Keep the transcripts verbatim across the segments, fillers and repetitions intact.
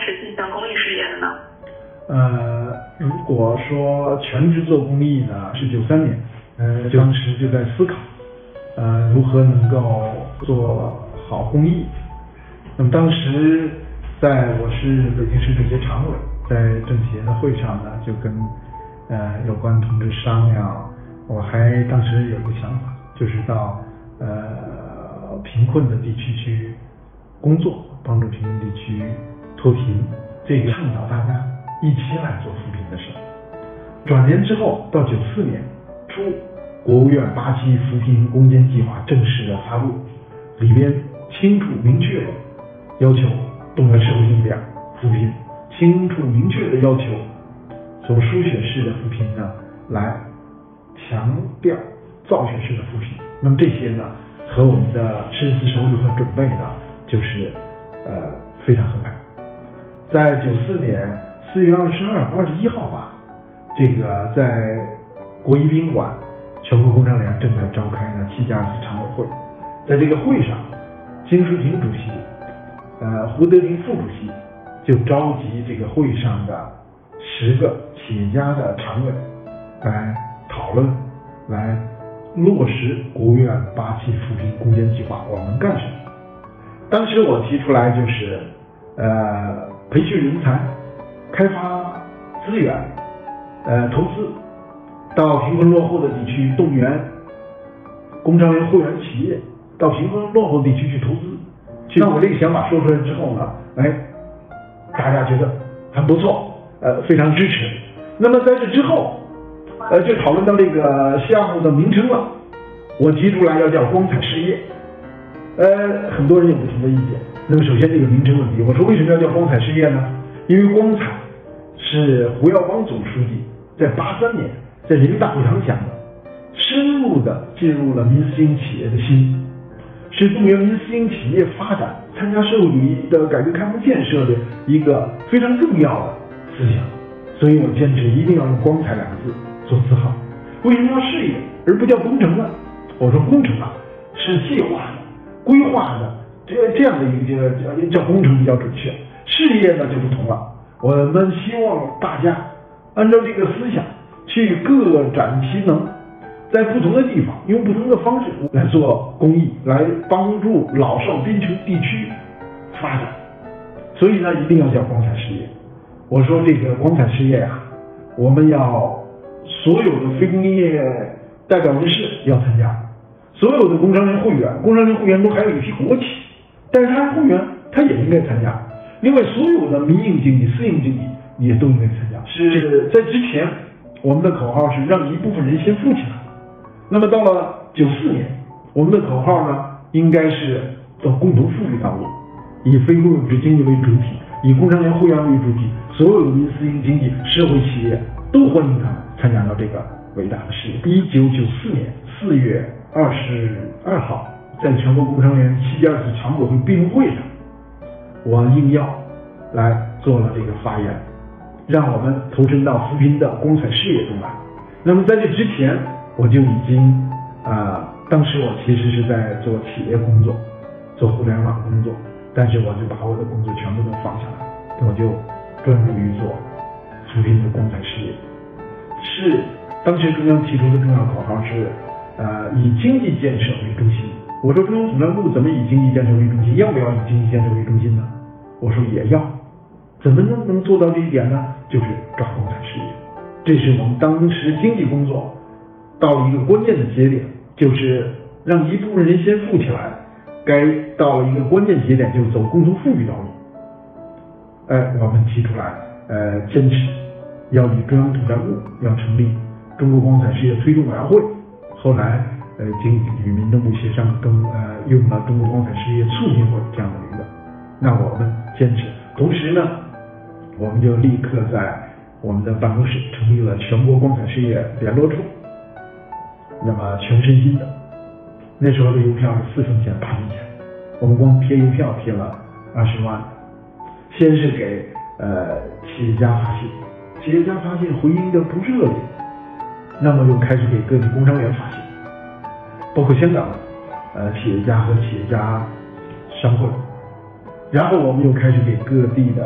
始进行公益事业的呢？ 呃，如果说全职做公益呢，是九三年，呃，当时就在思考，呃，如何能够做好公益。那么当时在我是北京市政协常委，在政协的会上呢，就跟呃有关同志商量，我还当时有一个想法，就是到呃贫困的地区去工作，帮助贫困地区脱贫，这个倡导大家一起来做扶贫的事。转年之后，到九四年初，国务院八期扶贫攻坚计划正式的发布，里边清楚明确的要求动员社会力量扶贫，清楚明确的要求从输血式的扶贫呢来强调造血式的扶贫。那么这些呢和我们的深思熟虑和准备呢就是呃非常合拍。在九四年四月二十二、二十一号吧，这个在国宜宾馆，全国工商联正在召开呢七加四常委会，在这个会上，金淑婷主席、呃胡德林副主席就召集这个会上的十个企业家的常委来讨论，来落实国务院八期扶贫攻坚计划我们干什么。当时我提出来就是呃培训人才，开发资源，呃投资到贫困落后的地区，动员工商联会员企业到贫困落后地区去投资。那我这个想法说出来之后呢，哎，大家觉得很不错，呃，非常支持。那么在这之后，呃，就讨论到这个项目的名称了。我提出来要叫光彩事业，呃，很多人有不同的意见。那么首先这个名称问题，我说为什么要叫光彩事业呢？因为光彩是胡耀邦总书记在八三年在人民大会堂讲的，深入的进入了民私营企业的心，是动员民私营企业发展、参加社会主义的改革开放建设的一个非常重要的思想。所以我坚持一定要用光彩两个字做字号。为什么要事业而不叫工程呢？我说工程啊是计划的、规划的，这这样的一个叫叫工程比较准确。事业呢就不同了，我们希望大家按照这个思想去各展其能，在不同的地方用不同的方式来做公益，来帮助老少边穷地区发展。所以呢一定要叫光彩事业。我说这个光彩事业啊，我们要所有的非工业代表人士要参加，所有的工商联会员，工商联会员都还有一批国企，但是他是会员，他也应该参加。另外所有的民营经济、私营经济也都应该参加。是在之前我们的口号是让一部分人先富起来，那么到了九四年，我们的口号呢应该是走共同富裕道路，以非公有制经济为主体，以工商联会员为主体，所有的民私营经济、社会企业都欢迎他们参加到这个伟大的事业。一九九四年四月二十二号，在全国工商联七加四常委会闭幕会上，我应邀来做了这个发言，让我们投身到扶贫的光彩事业中来。那么在这之前，我就已经啊、呃，当时我其实是在做企业工作，做互联网工作，但是我就把我的工作全部都放下来，我就专注于做扶贫的光彩事业。是当时中央提出的重要口号是呃，以经济建设为中心。我说中央统战部怎么以经济建设为中心？要不要以经济建设为中心呢？我说也要。怎么能能做到这一点呢？就是抓光彩事业。这是我们当时经济工作到了一个关键的节点，就是让一部分人先富起来，该到了一个关键节点，就是走共同富裕道路。哎，我们提出来，呃，坚持要与中央统战部要成立中国光彩事业推动委员会。后来，呃，经与民政部协商，更呃用了中国光彩事业促进会这样的名字。那我们坚持，同时呢，我们就立刻在我们的办公室成立了全国光彩事业联络处。那么全身心的，那时候的邮票是四分钱、八分钱，我们光贴邮票贴了二十万。先是给呃企业家发信，企业家发信回应的不是热烈，那么又开始给各地工商联发信，包括香港的呃企业家和企业家商会，然后我们又开始给各地的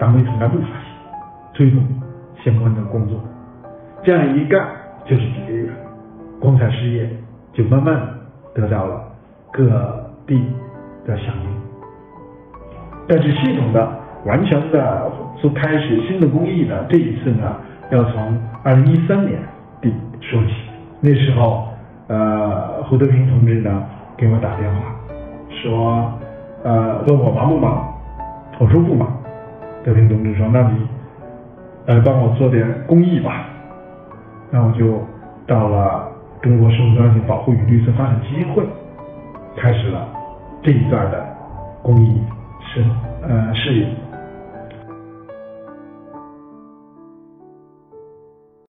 党委总干部发起，推动相关的工作。这样一干就是几个月，光彩事业就慢慢得到了各地的响应。但是系统的、完全的说开始新的公益呢，这一次呢，要从二零一三年底说起。那时候，呃，胡德平同志呢给我打电话，说，呃，问我忙不忙？我说不忙。德平同志说，那你，呃，帮我做点公益吧。那我就到了中国生物多样性保护与绿色发展基金会，开始了这一段的公益事呃事业。